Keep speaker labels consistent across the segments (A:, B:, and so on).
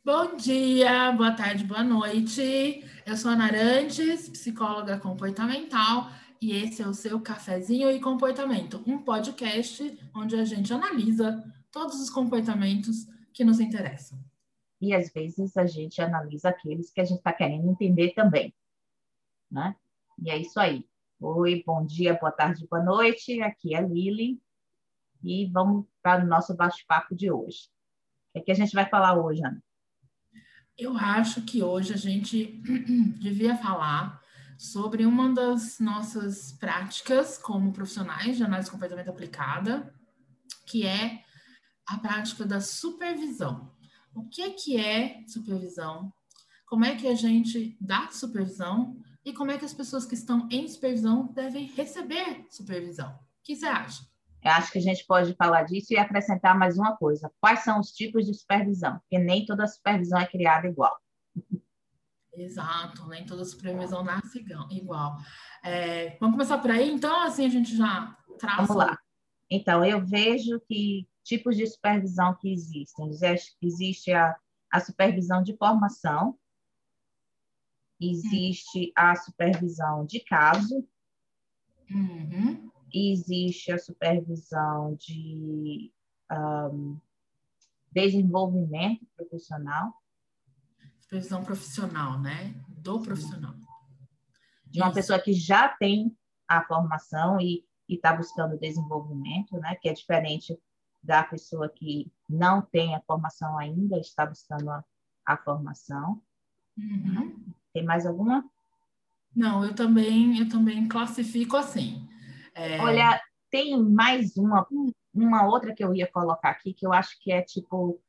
A: Bom dia, boa tarde, boa noite. Eu sou a Narantes, psicóloga comportamental, e esse é o seu Cafezinho e Comportamento, um podcast onde a gente analisa todos os comportamentos que nos interessam.
B: E às vezes a gente analisa aqueles que a gente está querendo entender também, né? E é isso aí. Oi, bom dia, boa tarde, boa noite. Aqui é a Lili e vamos para o nosso bate-papo de hoje. O que a gente vai falar hoje, Ana?
A: Eu acho que hoje a gente devia falar sobre uma das nossas práticas como profissionais de análise de comportamento aplicada, que é a prática da supervisão. O que é supervisão? Como é que a gente dá supervisão? E como é que as pessoas que estão em supervisão devem receber supervisão? O que você acha?
B: Eu acho que a gente pode falar disso e acrescentar mais uma coisa. Quais são os tipos de supervisão? Porque nem toda supervisão é criada igual.
A: Exato, nem toda supervisão nasce igual. Vamos começar por aí, então, assim a gente já
B: Vamos
A: traça.
B: lá. Então, eu vejo que tipos de supervisão que existem. Existe a supervisão de formação, existe a supervisão de caso,
A: Uhum.
B: existe a supervisão de desenvolvimento profissional,
A: Supervisão profissional, né? Do profissional.
B: de uma
A: Isso.
B: pessoa que já tem a formação e está buscando desenvolvimento, né? Que é diferente da pessoa que não tem a formação ainda, está buscando a formação.
A: Uhum.
B: Tem mais alguma?
A: Não, eu também classifico assim.
B: Olha, tem mais uma outra que eu ia colocar aqui, que eu acho que é tipo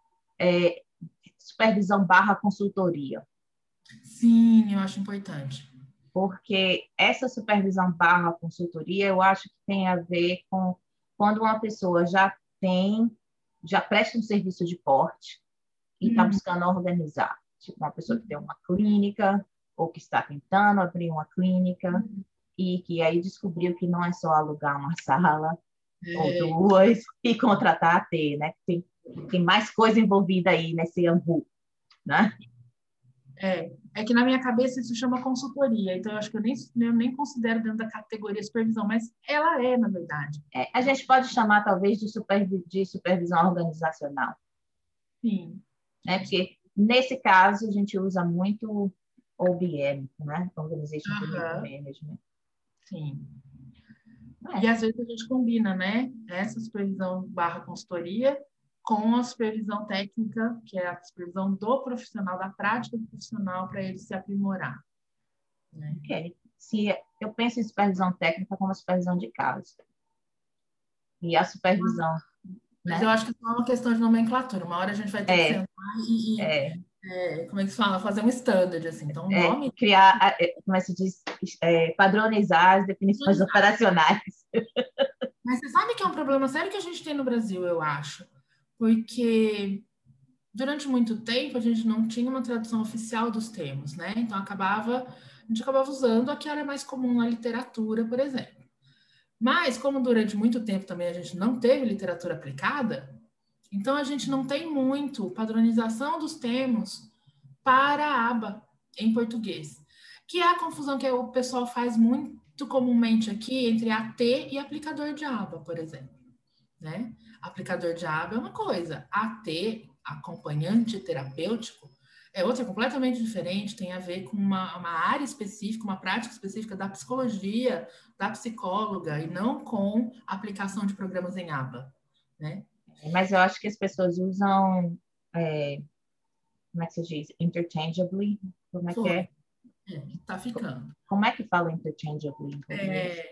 B: supervisão barra consultoria.
A: Sim, eu acho importante.
B: Porque essa supervisão barra consultoria, eu acho que tem a ver com quando uma pessoa já presta um serviço de porte e está
A: Uhum.
B: buscando organizar. Tipo, uma pessoa que tem uma clínica ou que está tentando abrir uma clínica e que aí descobriu que não é só alugar uma sala ou duas e contratar a T, né? Tem mais coisa envolvida aí nesse ambu, né?
A: É que na minha cabeça isso chama consultoria, então eu acho que eu nem considero dentro da categoria supervisão, mas ela é, na verdade.
B: A gente pode chamar, talvez, de supervisão organizacional,
A: Sim.
B: né? Porque, nesse caso, a gente usa muito OBM, né? Organization Behavior
A: Aham,
B: Management.
A: sim. E
B: É,
A: às vezes a gente combina, né? Essa supervisão barra consultoria com a supervisão técnica, que é a supervisão do profissional, da prática do profissional, para ele se aprimorar, né?
B: ok. Se eu penso em supervisão técnica como a supervisão de caso. E a supervisão,
A: Mas eu
B: né?
A: acho que é uma questão de nomenclatura. Uma hora a gente vai ter que
B: É,
A: sentar e
B: é,
A: como é que se fala? Fazer um standard, assim. Então, o nome...
B: criar, como é que se diz, padronizar as definições operacionais.
A: Mas você sabe que é um problema sério que a gente tem no Brasil, eu acho. Porque durante muito tempo a gente não tinha uma tradução oficial dos termos, né? Então a gente acabava usando a que era mais comum na literatura, por exemplo. Mas como durante muito tempo também a gente não teve literatura aplicada, então a gente não tem muito padronização dos termos para a aba em português, que é a confusão que o pessoal faz muito comumente aqui entre AT e aplicador de aba, por exemplo, né? Aplicador de aba é uma coisa, AT, acompanhante terapêutico, é outra completamente diferente, tem a ver com uma área específica, uma prática específica da psicologia, da psicóloga, e não com aplicação de programas em aba, né?
B: Mas eu acho que as pessoas usam, como é que se diz? Interchangeably? Como é que
A: Foi,
B: é?
A: tá ficando.
B: Como é que fala interchangeably em português?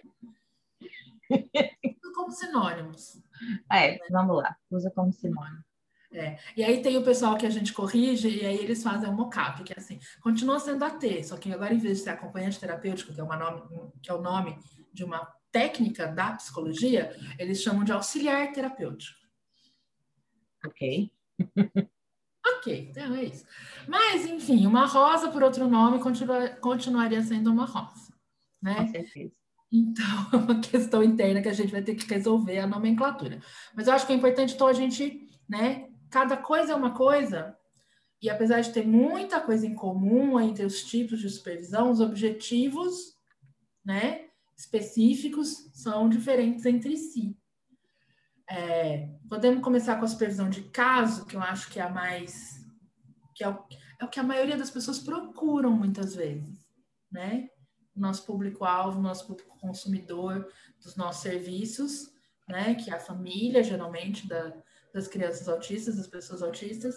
A: Tudo como sinônimos.
B: Vamos lá, usa como sinônimo.
A: E aí tem o pessoal que a gente corrige e aí eles fazem o mockup, que é assim, continua sendo AT, só que agora em vez de ser acompanhante terapêutico, que é o nome de uma técnica da psicologia, eles chamam de auxiliar terapêutico.
B: Ok,
A: Ok, então é isso. Mas, enfim, uma rosa por outro nome continuaria sendo uma rosa,
B: com
A: né?
B: certeza.
A: Então, é uma questão interna que a gente vai ter que resolver a nomenclatura. Mas eu acho que é importante, então, a gente, né? Cada coisa é uma coisa, E apesar de ter muita coisa em comum entre os tipos de supervisão, os objetivos, né, específicos são diferentes entre si. Podemos começar com a supervisão de caso, que eu acho que é a mais... que é o que a maioria das pessoas procuram muitas vezes, né? Nosso público-alvo, nosso público consumidor dos nossos serviços, né? Que é a família, geralmente, das crianças autistas, das pessoas autistas,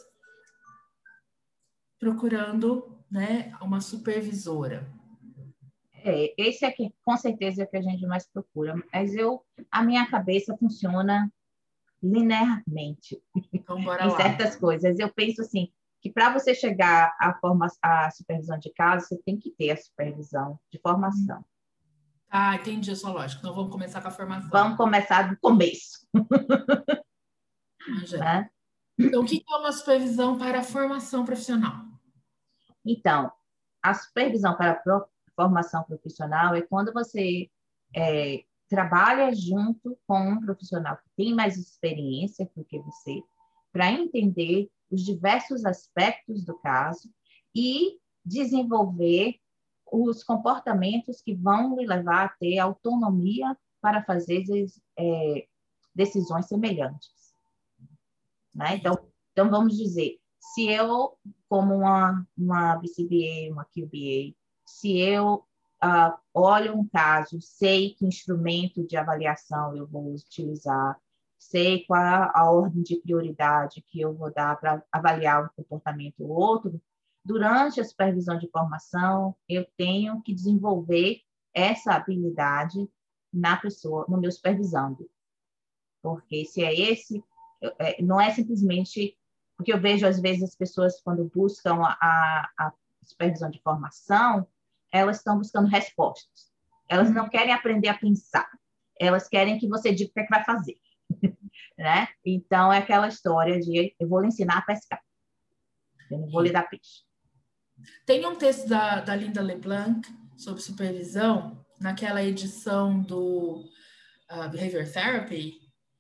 A: procurando, né, uma supervisora.
B: Esse aqui, com certeza, é o que a gente mais procura. Mas a minha cabeça funciona linearmente
A: Então, bora
B: em
A: lá.
B: certas coisas. Eu penso assim, que para você chegar à supervisão de caso, você tem que ter a supervisão de formação.
A: Ah, entendi a sua lógica. Então, vamos começar com a formação.
B: Vamos começar do começo. Né?
A: Então, o que é uma supervisão para a formação profissional?
B: Então, a supervisão para a formação profissional é quando você trabalha junto com um profissional que tem mais experiência do que você, para entender os diversos aspectos do caso e desenvolver os comportamentos que vão lhe levar a ter autonomia para fazer decisões semelhantes. Né? Então, vamos dizer, se eu, como uma BCBA, uma QBA, se eu olho um caso, sei que instrumento de avaliação eu vou utilizar, sei qual é a ordem de prioridade que eu vou dar para avaliar um comportamento ou outro, durante a supervisão de formação, eu tenho que desenvolver essa habilidade na pessoa, no meu supervisando. Porque se é não é simplesmente... Porque eu vejo, às vezes, as pessoas, quando buscam a supervisão de formação, elas estão buscando respostas. Elas não querem aprender a pensar. Elas querem que você diga o que é que vai fazer. Né? Então, é aquela história de eu vou lhe ensinar a pescar. Eu não vou lhe dar peixe.
A: Tem um texto da Linda LeBlanc sobre supervisão, naquela edição do Behavior Therapy,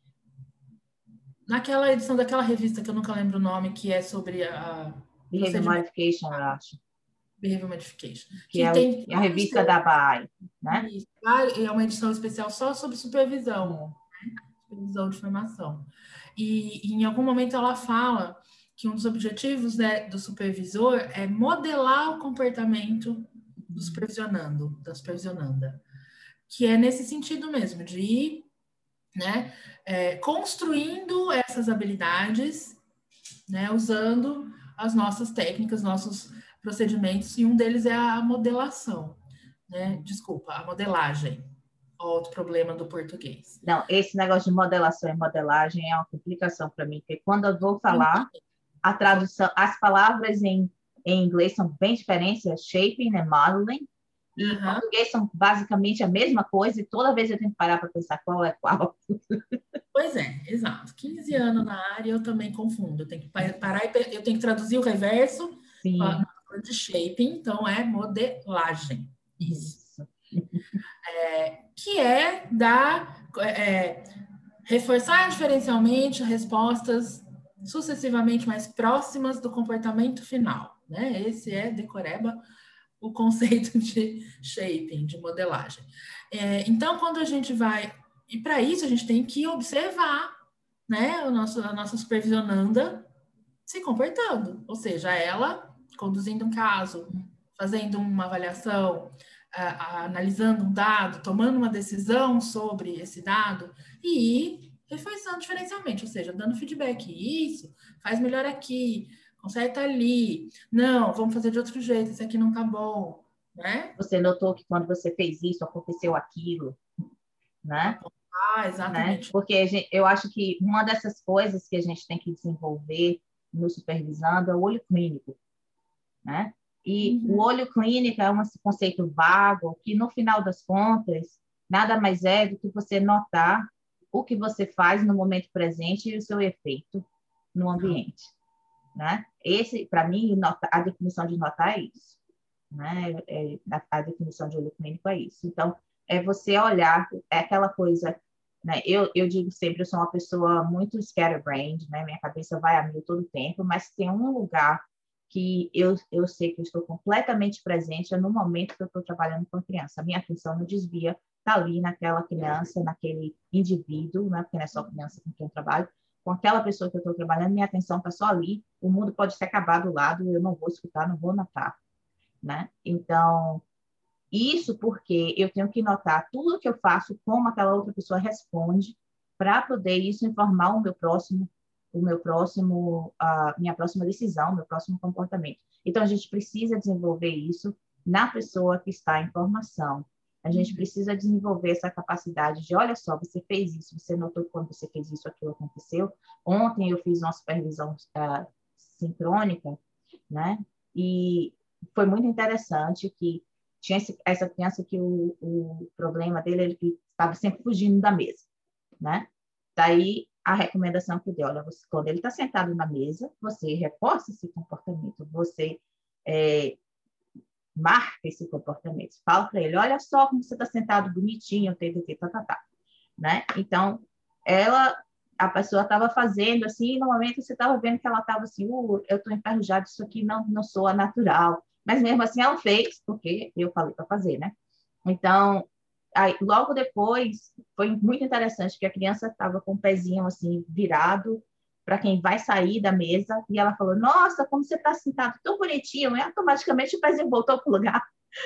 A: naquela edição daquela revista que eu nunca lembro o nome, que é sobre a...
B: Behavior Modification, eu acho.
A: Behavior Modification.
B: Que é a revista da BAI, né?
A: Isso. É uma edição especial só sobre supervisão, né? Supervisão de formação. E em algum momento ela fala que um dos objetivos, né, do supervisor é modelar o comportamento do supervisionando, da supervisionanda. Que é nesse sentido mesmo, de ir, né, construindo essas habilidades, né, usando as nossas técnicas, nossos procedimentos, e um deles é a modelação, né? Desculpa, a modelagem, outro problema do português.
B: Não, esse negócio de modelação e modelagem é uma complicação para mim, porque quando eu vou falar, a tradução, as palavras em inglês são bem diferentes, é shaping e modeling, e em português são basicamente a mesma coisa, e toda vez eu tenho que parar para pensar qual é qual.
A: Pois é, exato. 15 anos na área eu também confundo. Eu tenho que parar e eu tenho que traduzir o reverso de shaping, então é modelagem. Isso. Que é reforçar diferencialmente respostas sucessivamente mais próximas do comportamento final. Né? Esse é, decoreba, o conceito de shaping, de modelagem. Então, quando a gente vai... E para isso, a gente tem que observar, né, a nossa supervisionanda se comportando. Ou seja, ela conduzindo um caso, fazendo uma avaliação, analisando um dado, tomando uma decisão sobre esse dado e reforçando diferencialmente, ou seja, dando feedback. Isso, faz melhor aqui, conserta ali. Não, vamos fazer de outro jeito, esse aqui não tá bom. Né?
B: Você notou que quando você fez isso, aconteceu aquilo, né?
A: Exatamente.
B: Né? Porque eu acho que uma dessas coisas que a gente tem que desenvolver no supervisando é o olho clínico, né? E o olho clínico é um conceito vago que, no final das contas, nada mais é do que você notar o que você faz no momento presente e o seu efeito no ambiente, né? Esse, para mim, a definição de notar é isso. Né? A definição de olho clínico é isso. Então, é você olhar, é aquela coisa, né? Eu digo sempre, eu sou uma pessoa muito scatterbrained, né? Minha cabeça vai a mil todo o tempo, mas tem um lugar que eu sei que eu estou completamente presente no momento que eu estou trabalhando com a criança. A minha atenção não desvia, está ali naquela criança, naquele indivíduo, né? Porque não é só criança com quem eu trabalho, com aquela pessoa que eu estou trabalhando, minha atenção está só ali, o mundo pode se acabar do lado, eu não vou escutar, não vou notar, né? Então, isso porque eu tenho que notar tudo que eu faço, como aquela outra pessoa responde, para poder isso informar a minha próxima decisão, meu próximo comportamento. Então, a gente precisa desenvolver isso na pessoa que está em formação. A gente precisa desenvolver essa capacidade de, olha só, você fez isso, você notou que quando você fez isso, aquilo aconteceu. Ontem eu fiz uma supervisão sincrônica, né? E foi muito interessante que tinha essa criança que o problema dele, ele estava sempre fugindo da mesa, né? Daí, a recomendação que eu dei, olha, você, quando ele está sentado na mesa, você reforça esse comportamento, você marca esse comportamento, fala para ele, olha só como você está sentado bonitinho, né? Então, a pessoa estava fazendo assim, e no momento você estava vendo que ela estava assim, eu estou enferrujada, isso aqui não soa natural, mas mesmo assim ela fez, porque eu falei para fazer, né? Então, aí, logo depois, foi muito interessante, que a criança estava com o pezinho assim, virado para quem vai sair da mesa, e ela falou, nossa, como você está sentado tão bonitinho, e automaticamente o pezinho voltou para o lugar.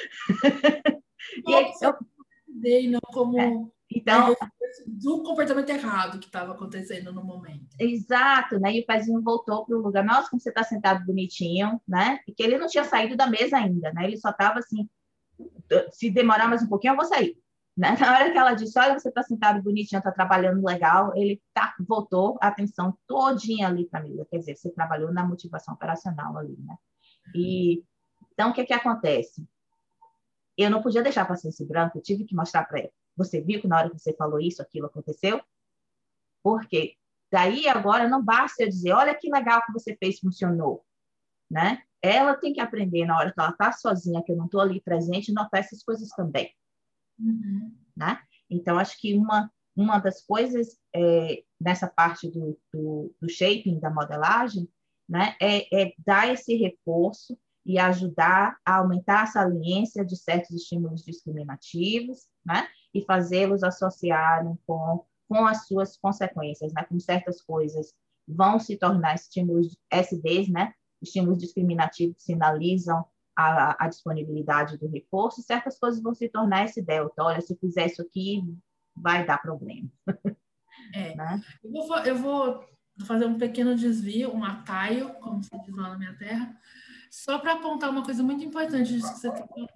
B: E aí,
A: não como
B: então,
A: do comportamento errado que estava acontecendo no momento.
B: exato, né? E o pezinho voltou para o lugar. Nossa, como você está sentado bonitinho, né? Porque ele não tinha saído da mesa ainda, né? Ele só estava assim, se demorar mais um pouquinho, eu vou sair. Né? Na hora que ela disse, olha, você está sentado bonitinho, está trabalhando legal, ele voltou a atenção todinha ali para a mesa. Quer dizer, você trabalhou na motivação operacional ali, né? E então, o que acontece? Eu não podia deixar a paciência em branco, eu tive que mostrar para ela. Você viu que na hora que você falou isso, aquilo aconteceu? Porque daí agora não basta eu dizer, olha que legal que você fez, funcionou, né? Ela tem que aprender na hora que ela está sozinha, que eu não estou ali presente, notar essas coisas também, né? Então, acho que uma das coisas nessa parte do shaping, da modelagem, né, é dar esse reforço e ajudar a aumentar a saliência de certos estímulos discriminativos, né, e fazê-los associarem com as suas consequências, né, como certas coisas vão se tornar estímulos SDs, né, estímulos discriminativos que sinalizam a disponibilidade do reforço, certas coisas vão se tornar esse delta. Olha, se fizer isso aqui, vai dar problema. Né?
A: Eu vou fazer um pequeno desvio, um atalho, como se diz lá na minha terra, só para apontar uma coisa muito importante disso que você está falando.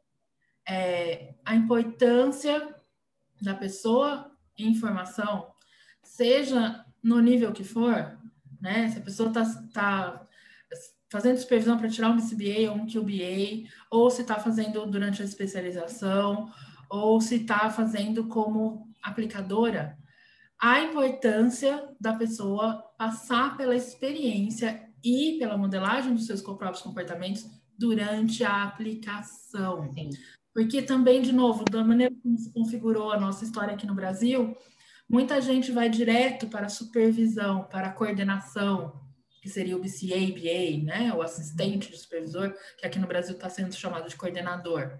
A: A importância da pessoa em informação, seja no nível que for, né? Se a pessoa está fazendo supervisão para tirar um BCBA ou um QBA, ou se está fazendo durante a especialização, ou se está fazendo como aplicadora, a importância da pessoa passar pela experiência e pela modelagem dos seus próprios comportamentos durante a aplicação.
B: Sim.
A: Porque também, de novo, da maneira como se configurou a nossa história aqui no Brasil, muita gente vai direto para a supervisão, para a coordenação, que seria o BCA, BA, né? O assistente de supervisor, que aqui no Brasil está sendo chamado de coordenador.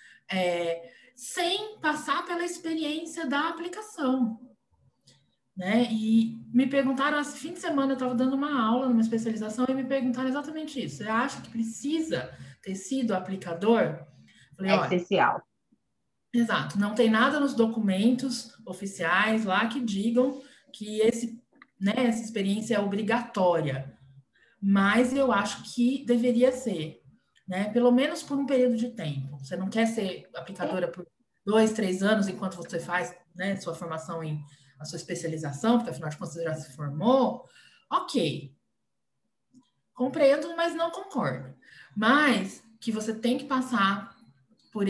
A: Sem passar pela experiência da aplicação. Né? E me perguntaram, esse fim de semana eu estava dando uma aula numa especialização e me perguntaram exatamente isso. Você acha que precisa ter sido aplicador?
B: Falei, essencial.
A: Exato, não tem nada nos documentos oficiais lá que digam que essa experiência é obrigatória, mas eu acho que deveria ser, né? Pelo menos por um período de tempo. Você não quer ser aplicadora por 2, 3 anos enquanto você faz, né, sua formação a sua especialização, porque afinal de contas você já se formou. Ok, compreendo, mas não concordo. Mas que você tem que passar por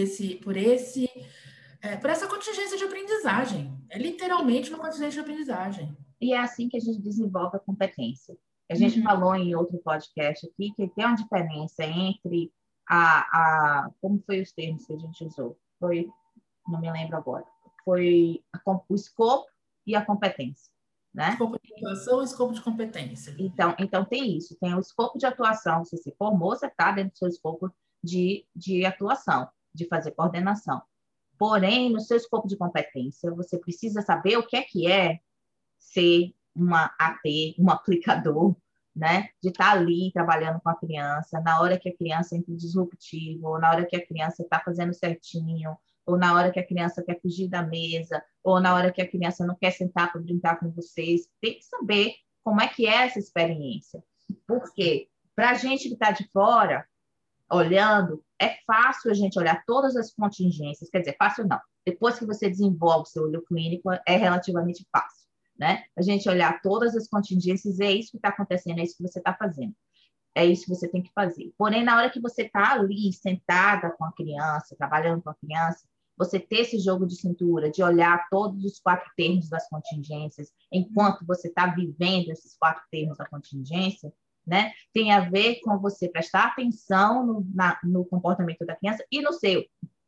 A: essa contingência de aprendizagem. É literalmente uma contingência de aprendizagem.
B: E é assim que a gente desenvolve a competência. A gente falou em outro podcast aqui que tem uma diferença entre como foi os termos que a gente usou? Não me lembro agora. Foi o escopo e a competência. né?
A: Escopo de atuação e escopo de competência.
B: Então tem isso, tem o escopo de atuação, você se formou, você está dentro do seu escopo de atuação, de fazer coordenação. Porém, no seu escopo de competência, você precisa saber o que é ser uma AT, um aplicador, né? De estar ali trabalhando com a criança, na hora que a criança entra disruptivo, ou na hora que a criança está fazendo certinho, ou na hora que a criança quer fugir da mesa, ou na hora que a criança não quer sentar para brincar com vocês. Tem que saber como é que é essa experiência. Porque para a gente que está de fora, olhando, é fácil a gente olhar todas as contingências, quer dizer, fácil não. Depois que você desenvolve o seu olho clínico, é relativamente fácil, né? A gente olhar todas as contingências, é isso que está acontecendo, é isso que você está fazendo. É isso que você tem que fazer. Porém, na hora que você está ali, sentada com a criança, trabalhando com a criança, você ter esse jogo de cintura, de olhar todos os 4 termos das contingências, enquanto você está vivendo esses 4 termos da contingência, né? Tem a ver com você prestar atenção no comportamento da criança e no seu,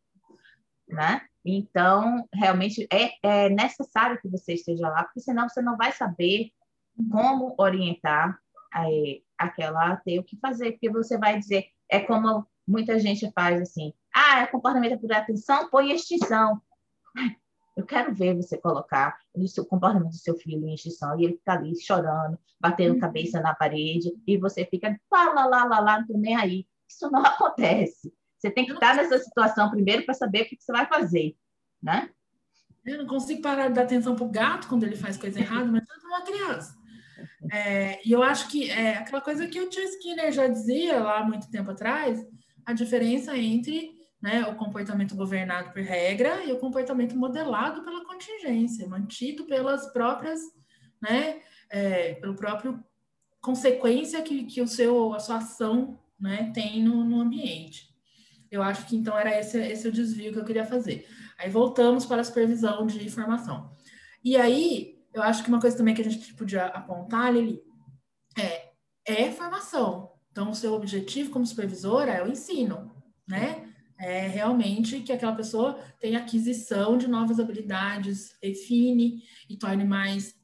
B: né? Então, realmente é necessário que você esteja lá, porque senão você não vai saber como orientar aquela a ter o que fazer, porque você vai dizer, é como muita gente faz assim, é comportamento por atenção, põe extinção. Eu quero ver você colocar o comportamento do seu filho em extinção e ele fica ali chorando, batendo cabeça na parede e você fica lá, não tô nem aí. Isso não acontece. Você tem que estar nessa situação primeiro para saber o que você vai fazer, né?
A: Eu não consigo parar de dar atenção para o gato quando ele faz coisa errada, mas é uma criança. E eu acho que é aquela coisa que o tio Skinner já dizia lá há muito tempo atrás, a diferença entre, né, o comportamento governado por regra e o comportamento modelado pela contingência, mantido pelas próprias, né, pelo próprio consequência que a sua ação, né, tem no ambiente. Eu acho que então era esse o desvio que eu queria fazer. Aí voltamos para a supervisão de formação. E aí, eu acho que uma coisa também que a gente podia apontar, Lili, é formação. Então, o seu objetivo como supervisora é o ensino, né? É realmente que aquela pessoa tenha aquisição de novas habilidades, refine e torne mais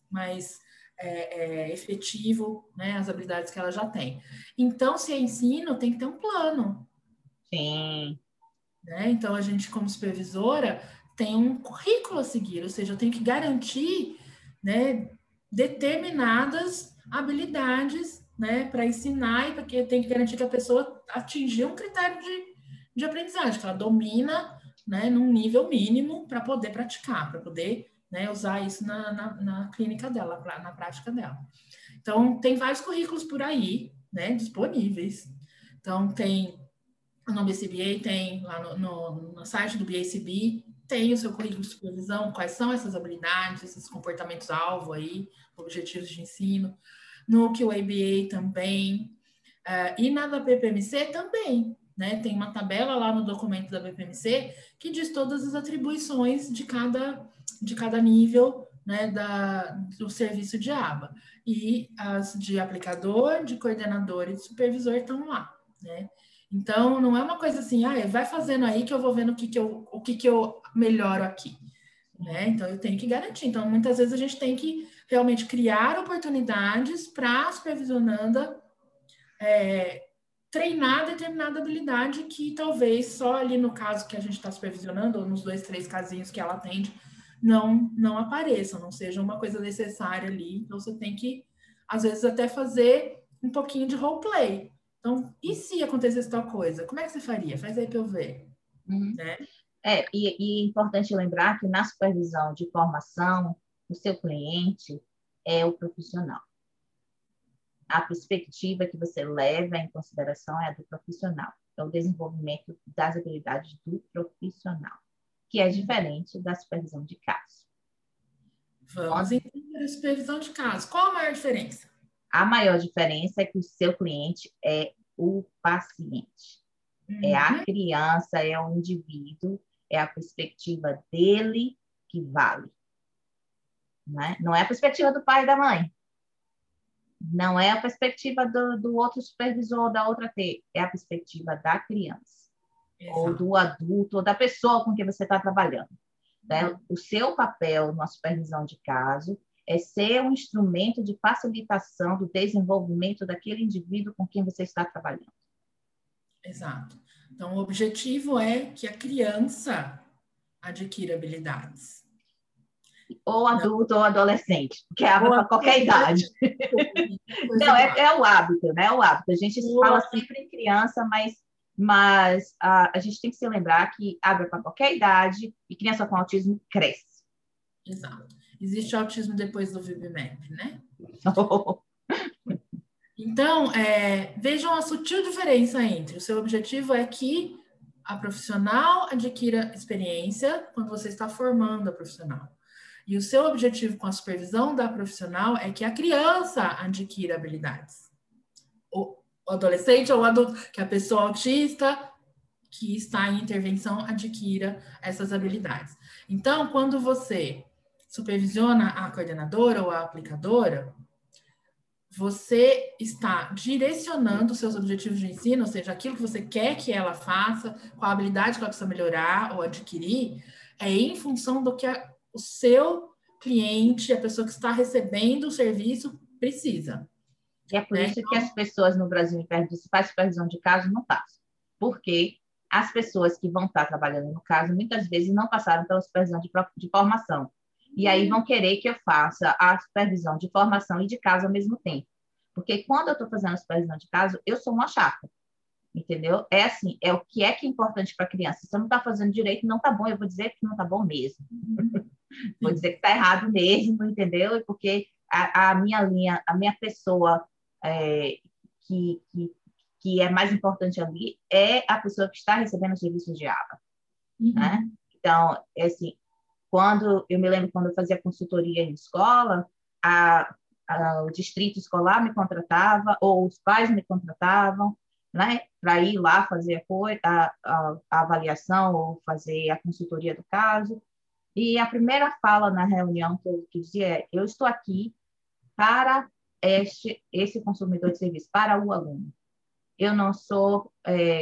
A: efetivo, né, as habilidades que ela já tem. Então, se é ensino, tem que ter um plano.
B: Sim.
A: Né? Então, a gente, como supervisora, tem um currículo a seguir, ou seja, eu tenho que garantir, né, determinadas habilidades, né, para ensinar e porque eu tenho que garantir que a pessoa atingiu um critério de aprendizagem, que ela domina, né, num nível mínimo para poder praticar, para poder, né, usar isso na clínica dela, na prática dela. Então, tem vários currículos por aí, né, disponíveis. Então, tem no BCBA, tem lá no site do BACB, tem o seu currículo de supervisão, quais são essas habilidades, esses comportamentos-alvo aí, objetivos de ensino. No QABA também, e na da BPMC também, né? Tem uma tabela lá no documento da BPMC que diz todas as atribuições de cada nível, né, do serviço de aba. E as de aplicador, de coordenador e de supervisor estão lá, né? Então, não é uma coisa assim, vai fazendo aí que eu vou vendo o que eu melhoro aqui, né? Então, eu tenho que garantir. Então, muitas vezes a gente tem que realmente criar oportunidades para a supervisionanda treinar determinada habilidade que talvez só ali no caso que a gente está supervisionando, ou nos 2, 3 casinhos que ela atende, não apareçam, não seja uma coisa necessária ali. Então, você tem que, às vezes, até fazer um pouquinho de roleplay. Então, e se acontecesse tal coisa? Como é que você faria? Faz aí para eu ver. Né?
B: E é importante lembrar que na supervisão de formação, o seu cliente é o profissional. A perspectiva que você leva em consideração é a do profissional. É o desenvolvimento das habilidades do profissional, que é diferente da supervisão de caso.
A: Vamos entender a supervisão de caso. Qual a maior diferença?
B: A maior diferença é que o seu cliente é o paciente. É a criança, é o indivíduo, é a perspectiva dele que vale. Né? Não é a perspectiva do pai e da mãe. Não é a perspectiva do outro supervisor, da outra T. É a perspectiva da criança. Exato. Ou do adulto, ou da pessoa com quem você está trabalhando. Né? O seu papel na supervisão de caso é ser um instrumento de facilitação do desenvolvimento daquele indivíduo com quem você está trabalhando.
A: Exato. Então, o objetivo é que a criança adquira habilidades.
B: Ou adulto ou adolescente, porque abre para qualquer idade. Não, é o hábito, né? É o hábito. A gente fala sempre em criança, mas a gente tem que se lembrar que abre para qualquer idade e criança com autismo cresce.
A: Exato. Existe autismo depois do VB-MAP, né? Então, vejam a sutil diferença entre o seu objetivo é que a profissional adquira experiência quando você está formando a profissional. E o seu objetivo com a supervisão da profissional é que a criança adquira habilidades. O adolescente ou o adulto, que a pessoa autista que está em intervenção adquira essas habilidades. Então, quando você supervisiona a coordenadora ou a aplicadora, você está direcionando os seus objetivos de ensino, ou seja, aquilo que você quer que ela faça, qual a habilidade que ela precisa melhorar ou adquirir, é em função do que o seu cliente, a pessoa que está recebendo o serviço, precisa.
B: E é por isso que as pessoas no Brasil, se faz supervisão de caso, não fazem. Porque as pessoas que vão estar trabalhando no caso, muitas vezes não passaram pela supervisão de formação. E aí vão querer que eu faça a supervisão de formação e de caso ao mesmo tempo. Porque quando eu estou fazendo a supervisão de caso, eu sou uma chata. Entendeu? É assim, é o que é importante para a criança. Se você não está fazendo direito, não está bom. Eu vou dizer que não está bom mesmo. Vou dizer que está errado mesmo, entendeu? Porque a minha linha, a minha pessoa que é mais importante ali é a pessoa que está recebendo os serviços de ABA. Né? Então, assim, eu me lembro quando eu fazia consultoria em escola, o distrito escolar me contratava, ou os pais me contratavam, né, para ir lá fazer a avaliação ou fazer a consultoria do caso. E a primeira fala na reunião que eu dizia é: eu estou aqui para esse consumidor de serviço, para o aluno. Eu não estou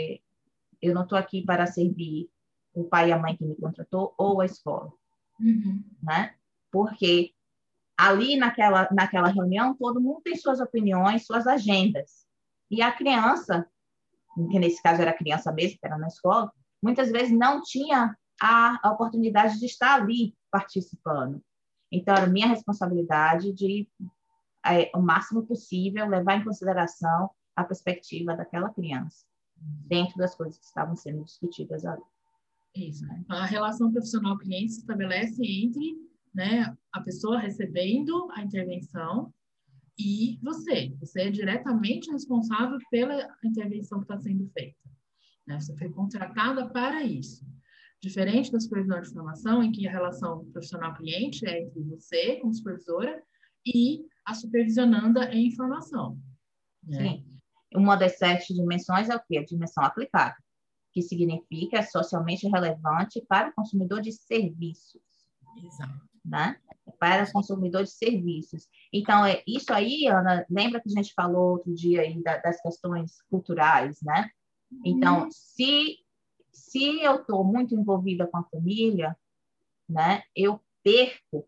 B: aqui para servir o pai e a mãe que me contratou ou a escola. Né? Porque ali naquela reunião, todo mundo tem suas opiniões, suas agendas. E a criança, que nesse caso era a criança mesmo, que era na escola, muitas vezes não tinha a oportunidade de estar ali participando. Então, era minha responsabilidade de, o máximo possível, levar em consideração a perspectiva daquela criança, dentro das coisas que estavam sendo discutidas ali.
A: Isso. A relação profissional-cliente se estabelece entre, né, a pessoa recebendo a intervenção e você. Você é diretamente responsável pela intervenção que está sendo feita. Né? Você foi contratada para isso. Diferente da supervisão de formação, em que a relação profissional-cliente é entre você, como supervisora, e a supervisionanda em formação. Né?
B: Sim. Uma das 7 dimensões é o quê? A dimensão aplicada, que significa socialmente relevante para o consumidor de serviços.
A: Exato.
B: Né? Para o consumidor de serviços. Então, isso aí, Ana, lembra que a gente falou outro dia aí das questões culturais, né? Então, se eu estou muito envolvida com a família, né, eu perco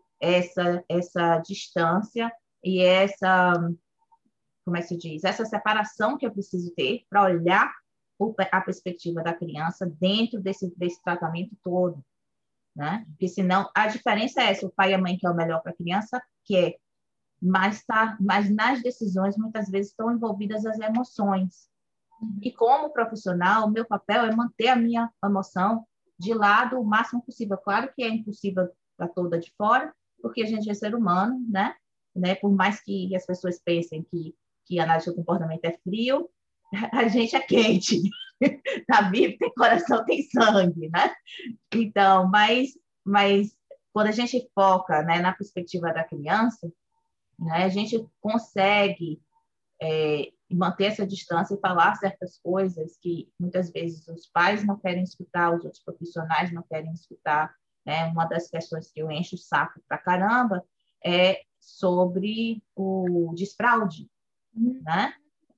B: essa distância e como é que se diz? Essa separação que eu preciso ter para olhar a perspectiva da criança dentro desse tratamento todo. Né? Porque senão a diferença é essa: o pai e a mãe que é o melhor para a criança quer, mas nas decisões muitas vezes estão envolvidas as emoções. E como profissional, o meu papel é manter a minha emoção de lado o máximo possível. Claro que é impossível para toda de fora, porque a gente é ser humano, né? Por mais que as pessoas pensem que a análise do comportamento é frio, a gente é quente. Tá vivo, tem coração, tem sangue, né? Então, mas quando a gente foca, né, na perspectiva da criança, né, a gente consegue manter essa distância e falar certas coisas que muitas vezes os pais não querem escutar, os outros profissionais não querem escutar. Né? Uma das questões que eu encho o saco pra caramba é sobre o desfraude, né?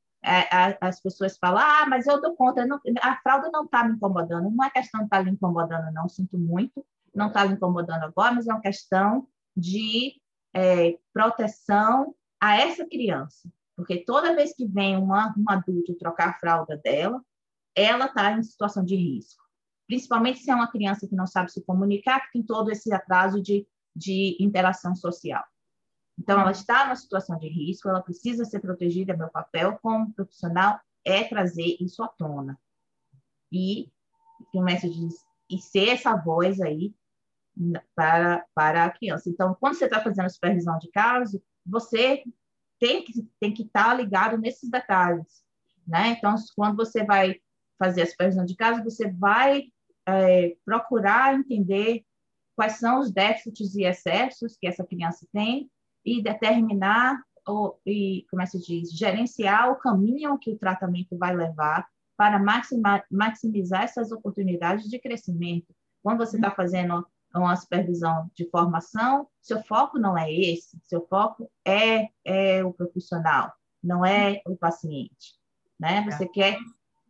B: As pessoas falam: mas eu dou conta, a fralda não está me incomodando. Não é questão de estar lhe incomodando, não, sinto muito, não está lhe incomodando agora, mas é uma questão de proteção a essa criança. Porque toda vez que vem um adulto trocar a fralda dela, ela está em situação de risco. Principalmente se é uma criança que não sabe se comunicar, que tem todo esse atraso de interação social. Então, ela está numa situação de risco, ela precisa ser protegida. Meu papel como profissional é trazer isso à tona. E, como se diz, e ser essa voz aí para a criança. Então, quando você está fazendo a supervisão de caso, você tem que estar ligado nesses detalhes, né? Então, quando você vai fazer a supervisão de caso, você vai procurar entender quais são os déficits e excessos que essa criança tem e determinar, como se diz, gerenciar o caminho que o tratamento vai levar para maximizar essas oportunidades de crescimento. Quando você está fazendo uma supervisão de formação, seu foco não é esse, seu foco é o profissional, não é o paciente, né? Você quer...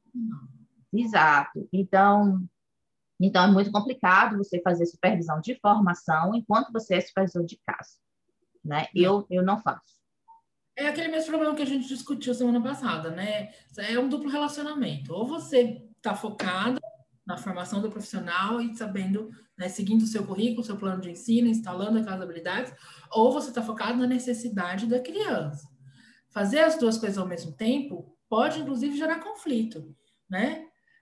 B: Exato. Então, é muito complicado você fazer supervisão de formação enquanto você é supervisor de caso, né? Eu não faço.
A: É aquele mesmo problema que a gente discutiu semana passada, né? É um duplo relacionamento. Ou você está focada na formação do profissional e sabendo, né, seguindo o seu currículo, seu plano de ensino, instalando aquelas habilidades, ou você está focado na necessidade da criança. Fazer as duas coisas ao mesmo tempo pode, inclusive, gerar conflito, né?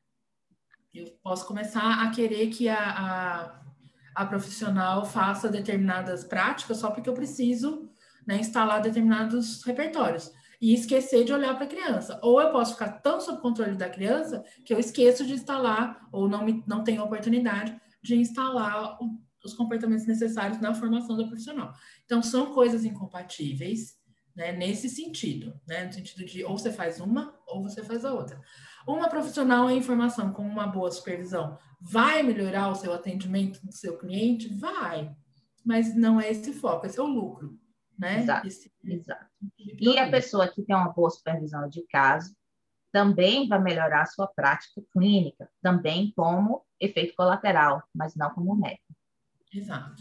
A: Eu posso começar a querer que a profissional faça determinadas práticas só porque eu preciso, né, instalar determinados repertórios e esquecer de olhar para a criança. Ou eu posso ficar tão sob controle da criança que eu esqueço de instalar ou não tenho a oportunidade de instalar os comportamentos necessários na formação do profissional. Então, são coisas incompatíveis, né, nesse sentido, né, no sentido de ou você faz uma ou você faz a outra. Uma profissional em formação com uma boa supervisão vai melhorar o seu atendimento do seu cliente? Vai, mas não é esse foco, esse é o lucro, né?
B: Exato. E a pessoa que tem uma boa supervisão de caso também vai melhorar a sua prática clínica, também como efeito colateral, mas não como médico.
A: Exato.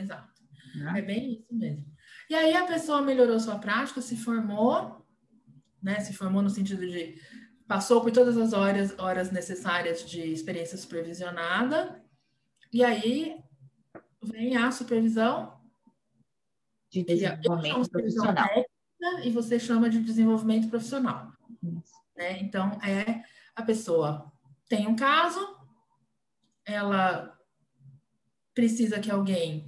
A: É bem isso mesmo. E aí a pessoa melhorou sua prática, se formou, né? Se formou no sentido de passou por todas as horas necessárias de experiência supervisionada, e aí vem a supervisão
B: de desenvolvimento profissional.
A: Técnica, e você chama de desenvolvimento profissional. Né? Então, a pessoa tem um caso, ela precisa que alguém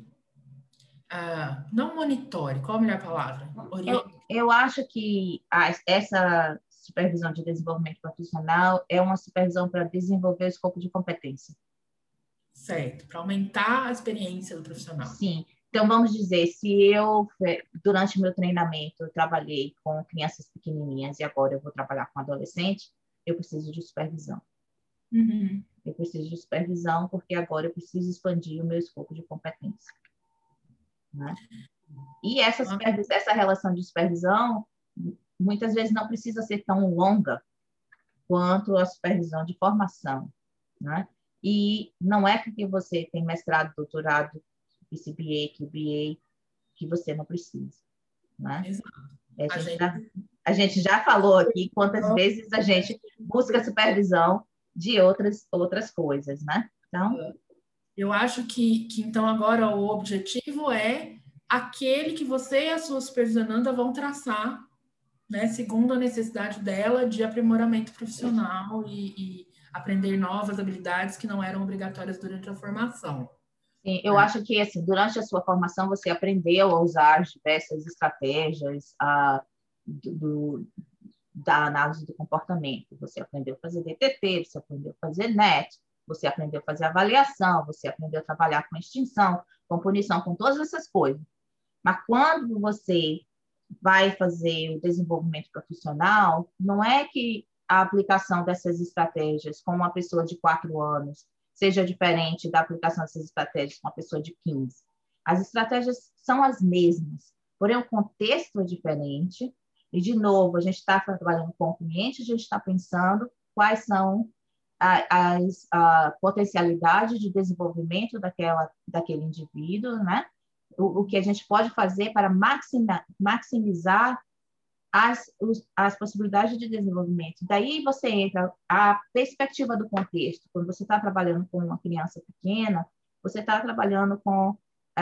A: não monitore, qual a melhor palavra?
B: Eu acho que essa supervisão de desenvolvimento profissional é uma supervisão para desenvolver o escopo de competência.
A: Certo, para aumentar a experiência do profissional.
B: Sim. Então, vamos dizer, se eu, durante meu treinamento, eu trabalhei com crianças pequenininhas e agora eu vou trabalhar com adolescente, eu preciso de supervisão.
A: Uhum.
B: Eu preciso de supervisão porque agora eu preciso expandir o meu escopo de competência. Né? E essa relação de supervisão, muitas vezes não precisa ser tão longa quanto a supervisão de formação. Né? E não é porque você tem mestrado, doutorado, PCBA, QBA, que você não precisa. Né? A gente já falou aqui quantas vezes a gente busca supervisão de outras coisas, né? Então,
A: eu acho que então agora o objetivo é aquele que você e a sua supervisionanda vão traçar, né, segundo a necessidade dela de aprimoramento profissional e aprender novas habilidades que não eram obrigatórias durante a formação.
B: Sim, eu acho que assim, durante a sua formação você aprendeu a usar diversas estratégias da análise do comportamento. Você aprendeu a fazer DTT, você aprendeu a fazer NET, você aprendeu a fazer avaliação, você aprendeu a trabalhar com extinção, com punição, com todas essas coisas. Mas quando você vai fazer o desenvolvimento profissional, não é que a aplicação dessas estratégias com uma pessoa de 4 anos seja diferente da aplicação dessas estratégias com uma pessoa de 15. As estratégias são as mesmas, porém o contexto é diferente. E, de novo, a gente está trabalhando com o cliente, a gente está pensando quais são a potencialidade de desenvolvimento daquele indivíduo, né? o que a gente pode fazer para maximizar as possibilidades de desenvolvimento. Daí você entra a perspectiva do contexto. Quando você está trabalhando com uma criança pequena, você está trabalhando com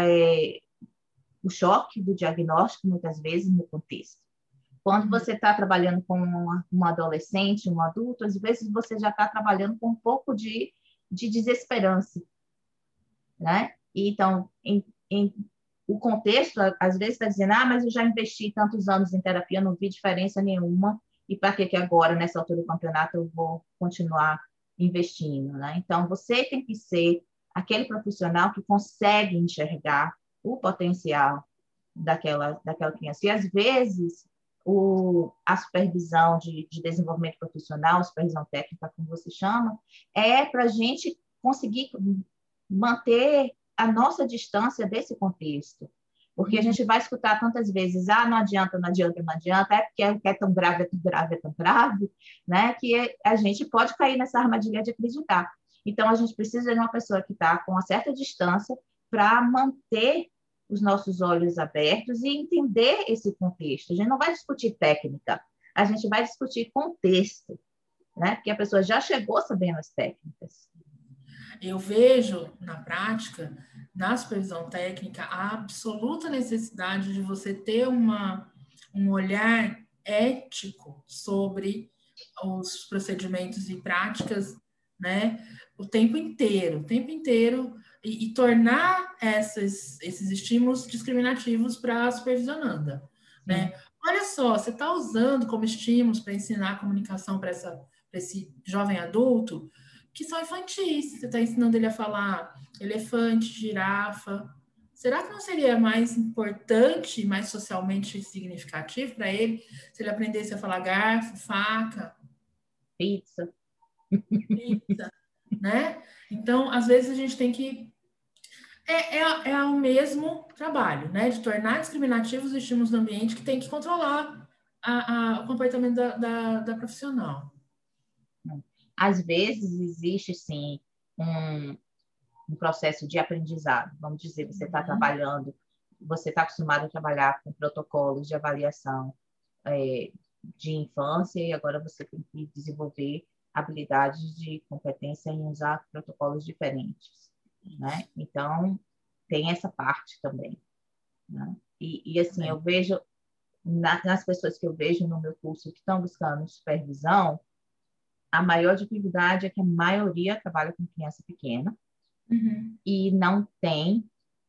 B: o choque do diagnóstico, muitas vezes, no contexto. Quando você está trabalhando com um adolescente, um adulto, às vezes você já está trabalhando com um pouco de desesperança, né? Então, o contexto, às vezes, está dizendo, mas eu já investi tantos anos em terapia, não vi diferença nenhuma, e para que agora, nessa altura do campeonato, eu vou continuar investindo, né? Então, você tem que ser aquele profissional que consegue enxergar o potencial daquela criança. E, às vezes, a supervisão de desenvolvimento profissional, supervisão técnica, como você chama, é para a gente conseguir manter a nossa distância desse contexto. Porque a gente vai escutar tantas vezes, não adianta, não adianta, não adianta, é porque é tão grave, é tão grave, é tão grave, né? Que a gente pode cair nessa armadilha de acreditar. Então, a gente precisa de uma pessoa que está com uma certa distância para manter os nossos olhos abertos e entender esse contexto. A gente não vai discutir técnica, a gente vai discutir contexto, né? Porque a pessoa já chegou sabendo as técnicas.
A: Eu vejo, na prática, na supervisão técnica, a absoluta necessidade de você ter um olhar ético sobre os procedimentos e práticas, né, o tempo inteiro, e tornar esses estímulos discriminativos para a supervisionanda, né? Olha só, você está usando como estímulos para ensinar a comunicação para esse jovem adulto que são infantis. Você está ensinando ele a falar elefante, girafa. Será que não seria mais importante, mais socialmente significativo para ele, se ele aprendesse a falar garfo, faca,
B: pizza,
A: né? Então, às vezes a gente tem que é o mesmo trabalho, né? De tornar discriminativos os estímulos do ambiente que tem que controlar o comportamento da profissional.
B: Às vezes existe, sim, um processo de aprendizado. Vamos dizer, você está trabalhando, você está acostumado a trabalhar com protocolos de avaliação de infância e agora você tem que desenvolver habilidades de competência em usar protocolos diferentes, né? Então, tem essa parte também, né? E assim, eu vejo, nas pessoas que eu vejo no meu curso que estão buscando supervisão, a maior dificuldade é que a maioria trabalha com criança pequena e não tem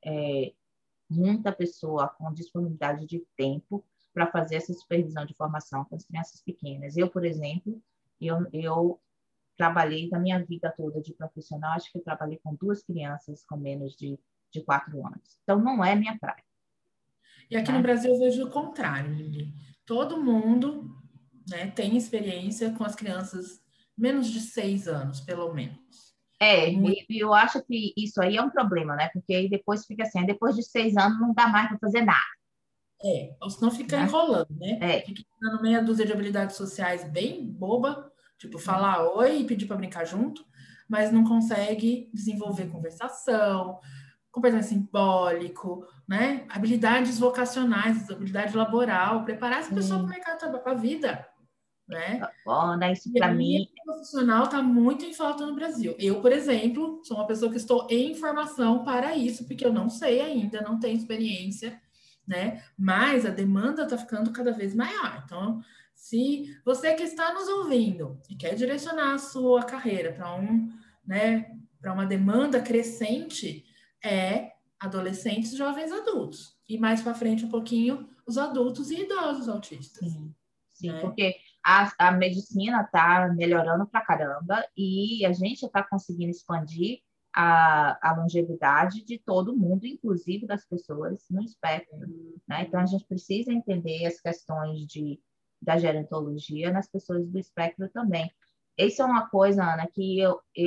B: muita pessoa com disponibilidade de tempo para fazer essa supervisão de formação com as crianças pequenas. Eu, por exemplo, eu trabalhei da minha vida toda de profissional, acho que eu trabalhei com 2 crianças com menos de 4 anos. Então, não é minha praia.
A: E aqui no Brasil eu vejo o contrário, Lili. Todo mundo, né, tem experiência com as crianças menos de 6 anos, pelo menos.
B: Eu acho que isso aí é um problema, né? Porque aí depois fica assim, depois de 6 anos não dá mais para fazer nada.
A: Ou senão fica enrolando, né?
B: Fica
A: dando meia dúzia de habilidades sociais bem boba, tipo falar oi e pedir para brincar junto, mas não consegue desenvolver conversação, comportamento simbólico, né? Habilidades vocacionais, habilidade laboral, preparar essa pessoa para o mercado de trabalho, para a vida, né?
B: Isso para mim.
A: O profissional está muito em falta no Brasil. Eu, por exemplo, sou uma pessoa que estou em formação para isso, porque eu não sei ainda, não tenho experiência, né? Mas a demanda está ficando cada vez maior. Então, se você que está nos ouvindo e quer direcionar a sua carreira para né, para uma demanda crescente, adolescentes, jovens, adultos. E mais para frente um pouquinho os adultos e idosos autistas.
B: Sim, né? Porque a medicina está melhorando pra caramba e a gente está conseguindo expandir a longevidade de todo mundo, inclusive das pessoas no espectro, né? Então, a gente precisa entender as questões da gerontologia nas pessoas do espectro também. Isso é uma coisa, Ana, que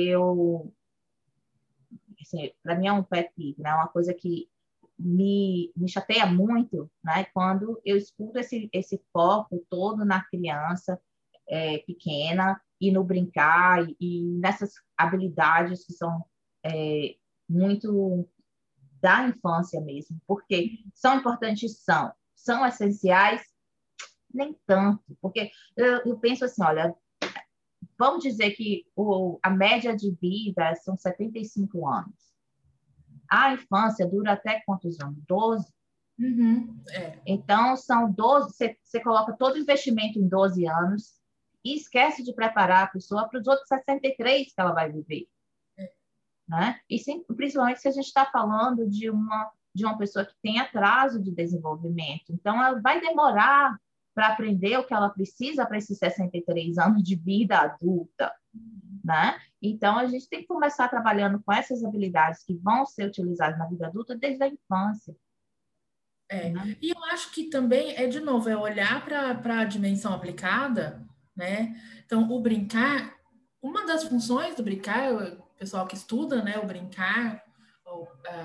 B: assim, para mim é um pet peeve, né? Uma coisa que me chateia muito, né? Quando eu escuto esse foco todo na criança pequena e no brincar e nessas habilidades que são muito da infância mesmo, porque são importantes, são essenciais, nem tanto, porque eu penso assim, olha, vamos dizer que a média de vida são 75 anos. A infância dura até quantos anos? 12? Então, são 12, você coloca todo o investimento em 12 anos e esquece de preparar a pessoa para os outros 63 que ela vai viver. Né? E principalmente se a gente está falando de uma pessoa que tem atraso de desenvolvimento. Então, ela vai demorar para aprender o que ela precisa para esses 63 anos de vida adulta. Né? Então, a gente tem que começar trabalhando com essas habilidades que vão ser utilizadas na vida adulta desde a infância.
A: Né? E eu acho que também de novo, é olhar para a dimensão aplicada, né? Então, o brincar, uma das funções do brincar, o pessoal que estuda, né, o brincar, o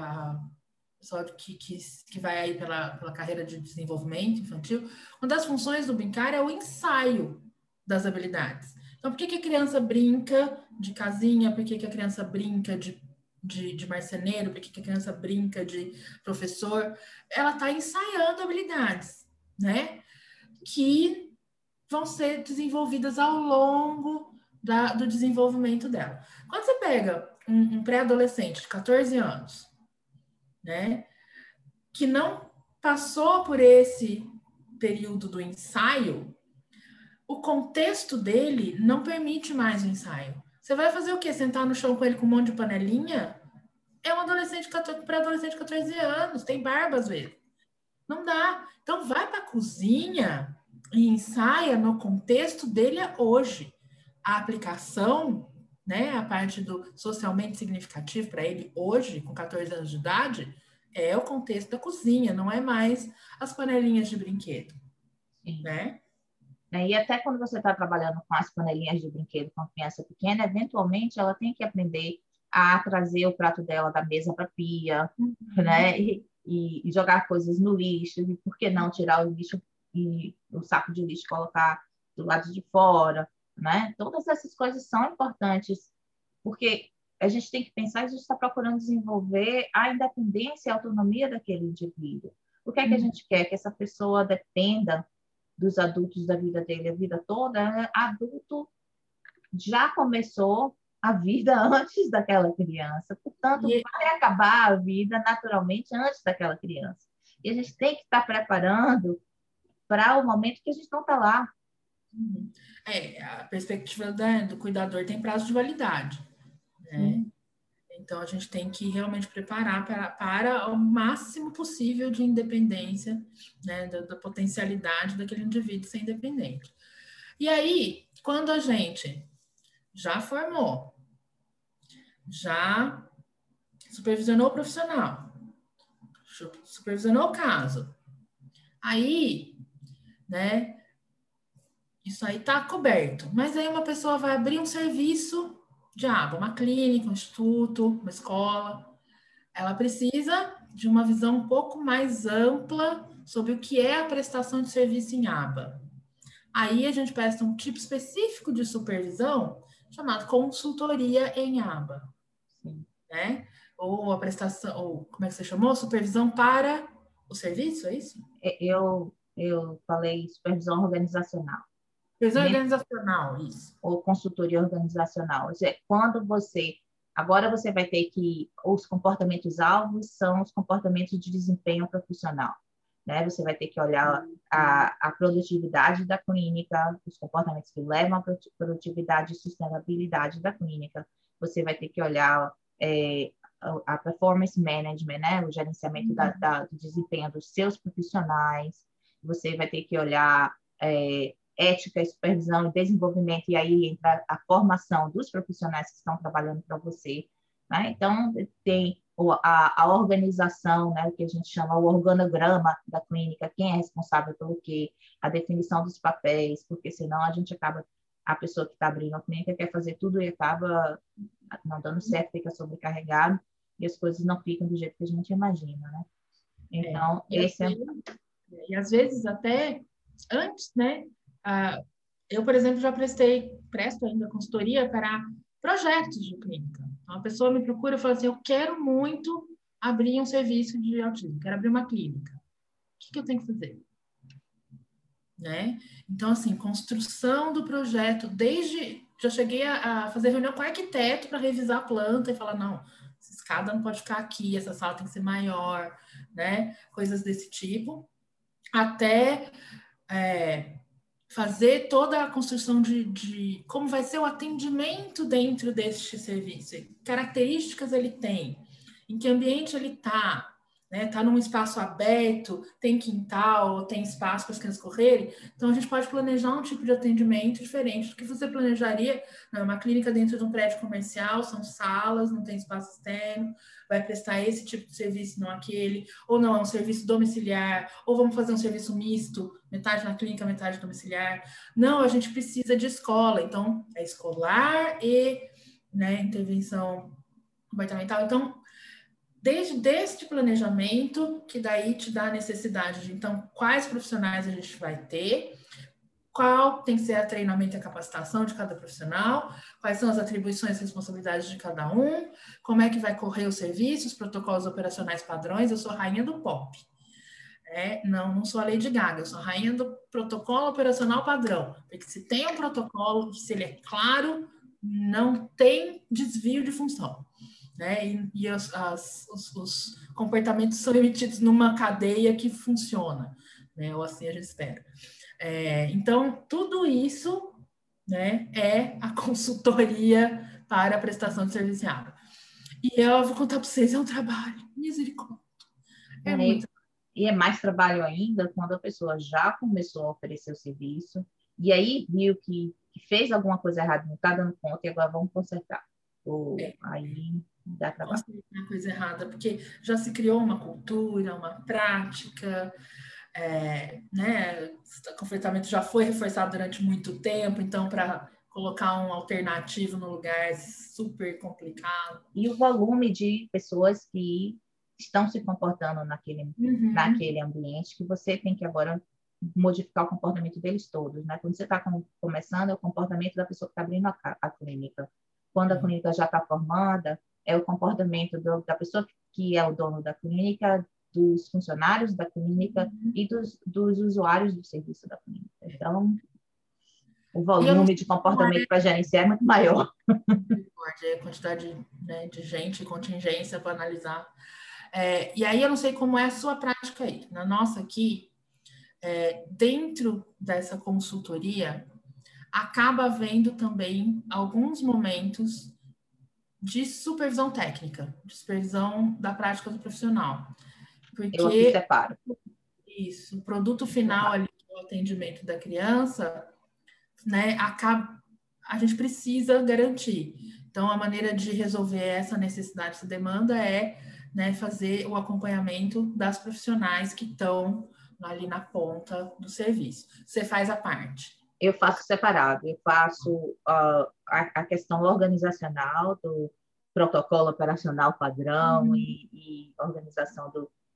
A: pessoal que vai aí pela carreira de desenvolvimento infantil, uma das funções do brincar é o ensaio das habilidades. Então, por que a criança brinca de casinha? Por que a criança brinca de marceneiro? Por que a criança brinca de professor? Ela está ensaiando habilidades, né? Que vão ser desenvolvidas ao longo do desenvolvimento dela. Quando você pega um pré-adolescente de 14 anos, né? Que não passou por esse período do ensaio, o contexto dele não permite mais o ensaio. Você vai fazer o quê? Sentar no chão com ele com um monte de panelinha? É um adolescente, pré-adolescente de 14 anos, tem barba às vezes. Não dá. Então vai para a cozinha e ensaia no contexto dele hoje. A aplicação, né, a parte do socialmente significativo para ele hoje, com 14 anos de idade, é o contexto da cozinha, não é mais as panelinhas de brinquedo. Sim. Né?
B: E até quando você está trabalhando com as panelinhas de brinquedo com a criança pequena, eventualmente ela tem que aprender a trazer o prato dela da mesa para a pia, né? E jogar coisas no lixo, e por que não tirar o lixo e o saco de lixo colocar do lado de fora, né? Todas essas coisas são importantes, porque a gente tem que pensar que a gente está procurando desenvolver a independência e a autonomia daquele indivíduo. O que é que a gente quer? Que essa pessoa dependa dos adultos da vida dele a vida toda, né? Adulto já começou a vida antes daquela criança, portanto, vai acabar a vida naturalmente antes daquela criança. E a gente tem que estar preparando para o momento que a gente não está lá.
A: A perspectiva do cuidador tem prazo de validade, né? Então, a gente tem que realmente preparar para o máximo possível de independência, né, da potencialidade daquele indivíduo ser independente. E aí, quando a gente já formou, já supervisionou o profissional, supervisionou o caso, aí, né, isso aí está coberto. Mas aí uma pessoa vai abrir um serviço de aba, uma clínica, um instituto, uma escola. Ela precisa de uma visão um pouco mais ampla sobre o que é a prestação de serviço em aba. Aí a gente presta um tipo específico de supervisão chamado consultoria em aba, né? Ou a prestação, ou como é que você chamou? Supervisão para o serviço, é isso?
B: Eu falei supervisão organizacional.
A: Supervisão organizacional, isso.
B: Ou consultoria organizacional. Quando agora você vai ter que, os comportamentos alvos são os comportamentos de desempenho profissional, né? Você vai ter que olhar a produtividade da clínica, os comportamentos que levam à produtividade e sustentabilidade da clínica. Você vai ter que olhar a performance management, né? O gerenciamento do desempenho dos seus profissionais. Você vai ter que olhar ética, supervisão e desenvolvimento, e aí entra a formação dos profissionais que estão trabalhando para você. Né? Então, tem a organização, né, o que a gente chama o organograma da clínica, quem é responsável pelo quê, a definição dos papéis, porque senão a pessoa que está abrindo a clínica quer fazer tudo e acaba não dando certo, fica sobrecarregado, e as coisas não ficam do jeito que a gente imagina, né? Então,
A: E às vezes até antes, né? Eu, por exemplo, já presto ainda consultoria para projetos de clínica. Então, a pessoa me procura e fala assim, eu quero muito abrir um serviço de autismo, quero abrir uma clínica. O que eu tenho que fazer? Né? Então, assim, construção do projeto, já cheguei a fazer reunião com o arquiteto para revisar a planta e falar, não, essa escada não pode ficar aqui, essa sala tem que ser maior, né? Coisas desse tipo, até fazer toda a construção de como vai ser o atendimento dentro deste serviço, que características ele tem, em que ambiente ele está, né? Tá num espaço aberto, tem quintal, tem espaço para as crianças correrem, então a gente pode planejar um tipo de atendimento diferente do que você planejaria, não, uma clínica dentro de um prédio comercial, são salas, não tem espaço externo, vai prestar esse tipo de serviço, não aquele, ou não, é um serviço domiciliar, ou vamos fazer um serviço misto, metade na clínica, metade domiciliar. Não, a gente precisa de escola, então é escolar e, né, intervenção comportamental. Então, desde este planejamento, que daí te dá a necessidade de, então, quais profissionais a gente vai ter, qual tem que ser o treinamento e a capacitação de cada profissional, quais são as atribuições e responsabilidades de cada um, como é que vai correr o serviço, os protocolos operacionais padrões. Eu sou rainha do pop. Não sou a Lady Gaga, eu sou a rainha do protocolo operacional padrão. Porque se tem um protocolo, se ele é claro, não tem desvio de função. Né? E os comportamentos são emitidos numa cadeia que funciona, né? Ou assim a gente espera. Então, tudo isso, né, é a consultoria para a prestação de serviço em água. E eu vou contar para vocês, é um trabalho, misericórdia. Muito.
B: E é mais trabalho ainda quando a pessoa já começou a oferecer o serviço e aí viu que fez alguma coisa errada, não está dando conta e agora vamos consertar. Aí dá trabalho.
A: Uma coisa errada, porque já se criou uma cultura, uma prática, né? O comportamento já foi reforçado durante muito tempo, então para colocar um alternativo no lugar é super complicado.
B: E o volume de pessoas que estão se comportando naquele ambiente, que você tem que agora modificar o comportamento deles todos, né? Quando você está começando, é o comportamento da pessoa que está abrindo a clínica. Quando a clínica já está formada, é o comportamento da pessoa que é o dono da clínica, dos funcionários da clínica e dos usuários do serviço da clínica. Então, o volume de comportamento para gerenciar é muito maior.
A: A quantidade, né, de gente, contingência para analisar. E aí eu não sei como é a sua prática aí. Na nossa aqui, dentro dessa consultoria, acaba havendo também alguns momentos de supervisão técnica, de supervisão da prática do profissional. Porque
B: eu aqui separo.
A: Isso, o produto final ali, o atendimento da criança, né, a gente precisa garantir. Então, a maneira de resolver essa necessidade, essa demanda é, né, fazer o acompanhamento das profissionais que estão ali na ponta do serviço. Você faz a parte.
B: Eu faço separado, eu faço a questão organizacional do protocolo operacional padrão e organização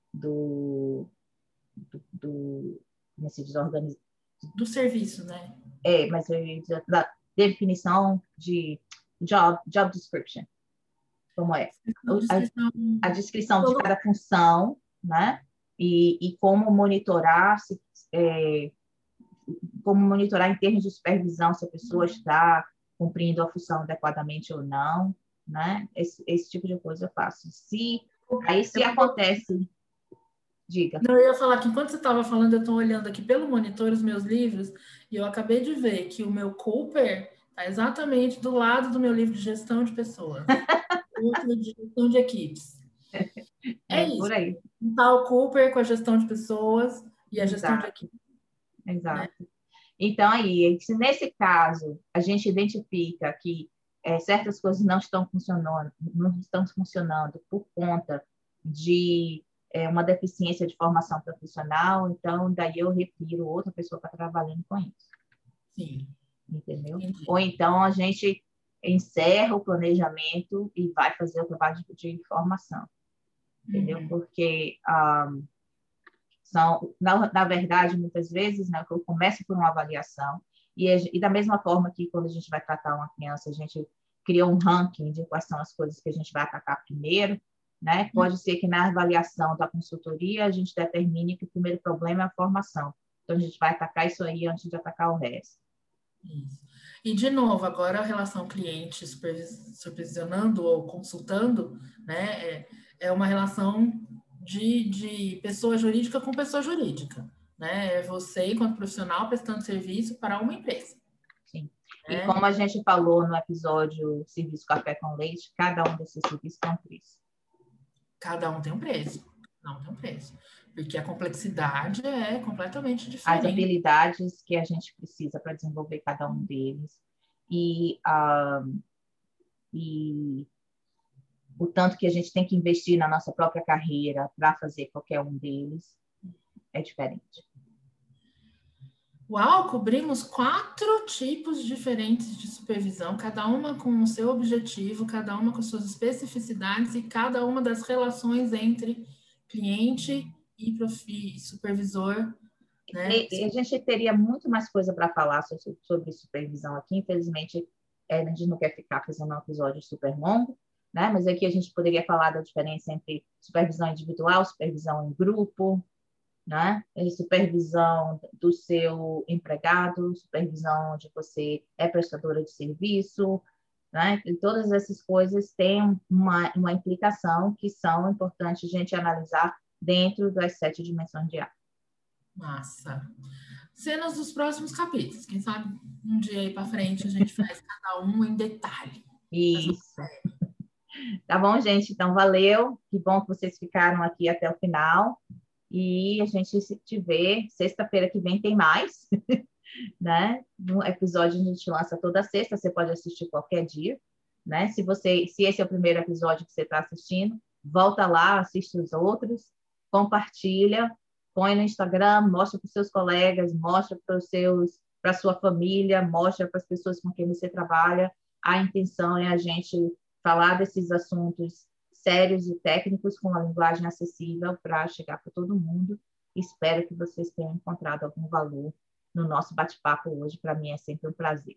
B: como se diz,
A: do serviço, né?
B: Mas da definição de job description, como é? A descrição de cada função, né? E como monitorar como monitorar em termos de supervisão se a pessoa está cumprindo a função adequadamente ou não, né? Esse tipo de coisa eu faço. Se acontece... Diga.
A: Não, eu ia falar que enquanto você estava falando, eu estou olhando aqui pelo monitor os meus livros e eu acabei de ver que o meu Cooper está exatamente do lado do meu livro de gestão de pessoas. Outro de gestão de equipes. Isso.
B: Por aí.
A: Está o Cooper com a gestão de pessoas e a gestão de equipes.
B: Exato. Né? Então, aí, se nesse caso a gente identifica que certas coisas não estão funcionando por conta de uma deficiência de formação profissional, então daí eu refiro outra pessoa para trabalhando com isso.
A: Sim.
B: Entendeu? Entendi. Ou então a gente encerra o planejamento e vai fazer o trabalho de formação. Entendeu? Porque na verdade, muitas vezes, né, eu começo por uma avaliação e da mesma forma que quando a gente vai tratar uma criança, a gente cria um ranking de quais são as coisas que a gente vai atacar primeiro, né? Pode ser que na avaliação da consultoria a gente determine que o primeiro problema é a formação. Então, a gente vai atacar isso aí antes de atacar o resto.
A: Isso. E, de novo, agora a relação cliente supervisionando ou consultando, né, é uma relação de pessoa jurídica com pessoa jurídica, né? É você, enquanto profissional, prestando serviço para uma empresa.
B: Sim.
A: Né?
B: E como a gente falou no episódio Serviço Café com Leite, cada um desses serviços tem um preço.
A: Cada um tem um preço. Não tem um preço. Porque a complexidade é completamente diferente.
B: As habilidades que a gente precisa para desenvolver cada um deles. E o tanto que a gente tem que investir na nossa própria carreira para fazer qualquer um deles é diferente.
A: Uau, cobrimos 4 tipos diferentes de supervisão, cada uma com o seu objetivo, cada uma com suas especificidades e cada uma das relações entre cliente e supervisor. Né?
B: E a gente teria muito mais coisa para falar sobre supervisão aqui. Infelizmente, a gente não quer ficar fazendo um episódio super longo, né? Mas aqui a gente poderia falar da diferença entre supervisão individual, supervisão em grupo, né? E supervisão do seu empregado, supervisão de você é prestadora de serviço, né? E todas essas coisas têm uma implicação que são importantes a gente analisar dentro das 7 dimensões de arte.
A: Massa. Cenas dos próximos capítulos. Quem sabe um dia aí para frente a gente faz cada um em detalhe.
B: Isso. Tá bom, gente? Então, valeu. Que bom que vocês ficaram aqui até o final. E a gente se vê sexta-feira que vem tem mais, né? No episódio a gente lança toda sexta, você pode assistir qualquer dia, né? Se esse é o primeiro episódio que você está assistindo, volta lá, assiste os outros, compartilha, põe no Instagram, mostra para os seus colegas, mostra para a sua família, mostra para as pessoas com quem você trabalha. A intenção é a gente falar desses assuntos sérios e técnicos com uma linguagem acessível para chegar para todo mundo. Espero que vocês tenham encontrado algum valor no nosso bate-papo hoje. Para mim é sempre um prazer.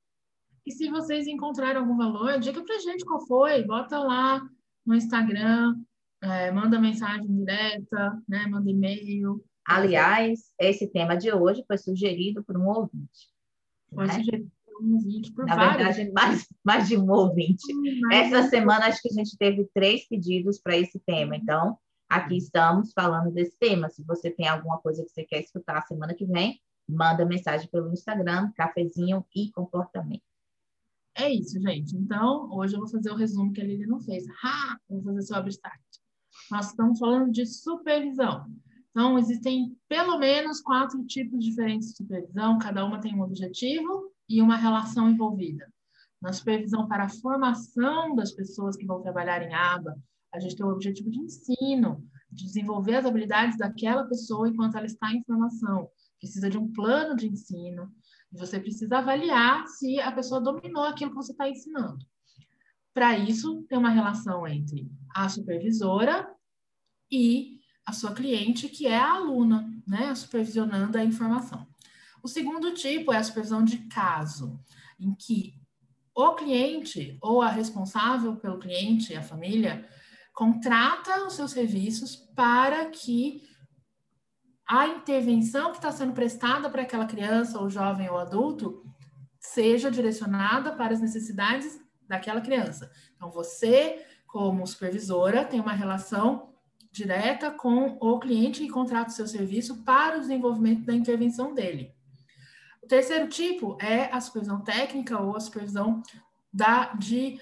A: E se vocês encontraram algum valor, diga para a gente qual foi. Bota lá no Instagram, manda mensagem direta, né? Manda e-mail.
B: Aliás, esse tema de hoje foi sugerido por um ouvinte.
A: Foi sugerido por um ouvinte, por
B: Na
A: vários.
B: verdade, mais de um ouvinte. Essa semana, acho que a gente teve 3 pedidos para esse tema. Então, aqui estamos falando desse tema. Se você tem alguma coisa que você quer escutar semana que vem, manda mensagem pelo Instagram, Cafezinho e Comportamento.
A: É isso, gente. Então, hoje eu vou fazer o resumo que a Lili não fez. Vou fazer sobre start. Nós estamos falando de supervisão. Então, existem pelo menos 4 tipos diferentes de supervisão, cada uma tem um objetivo e uma relação envolvida. Na supervisão para a formação das pessoas que vão trabalhar em aba, a gente tem o objetivo de ensino, de desenvolver as habilidades daquela pessoa enquanto ela está em formação. Precisa de um plano de ensino, e você precisa avaliar se a pessoa dominou aquilo que você está ensinando. Para isso, tem uma relação entre a supervisora e a sua cliente, que é a aluna, né, supervisionando a informação. O segundo tipo é a supervisão de caso, em que o cliente ou a responsável pelo cliente, a família, contrata os seus serviços para que a intervenção que está sendo prestada para aquela criança, ou jovem ou adulto, seja direcionada para as necessidades daquela criança. Então, você, como supervisora, tem uma relação direta com o cliente que contrata o seu serviço para o desenvolvimento da intervenção dele. O terceiro tipo é a supervisão técnica ou a supervisão da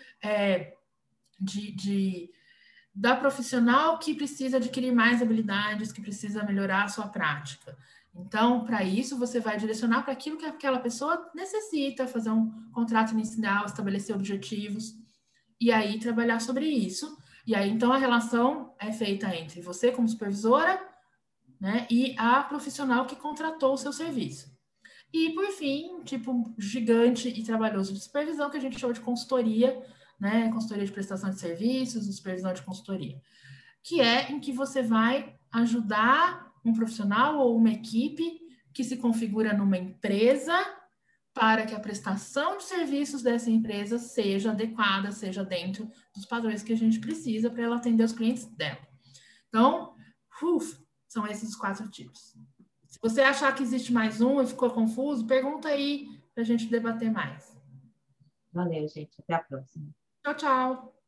A: profissional que precisa adquirir mais habilidades, que precisa melhorar a sua prática. Então, para isso, você vai direcionar para aquilo que aquela pessoa necessita, fazer um contrato inicial, estabelecer objetivos, e aí trabalhar sobre isso. E aí, então, a relação é feita entre você como supervisora, né, e a profissional que contratou o seu serviço. E, por fim, um tipo gigante e trabalhoso de supervisão, que a gente chama de consultoria, né, consultoria de prestação de serviços, supervisão de consultoria, que é em que você vai ajudar um profissional ou uma equipe que se configura numa empresa para que a prestação de serviços dessa empresa seja adequada, seja dentro dos padrões que a gente precisa para ela atender os clientes dela. Então, são esses 4 tipos. Se você achar que existe mais um e ficou confuso, pergunta aí para a gente debater mais.
B: Valeu, gente. Até a próxima.
A: Tchau, tchau.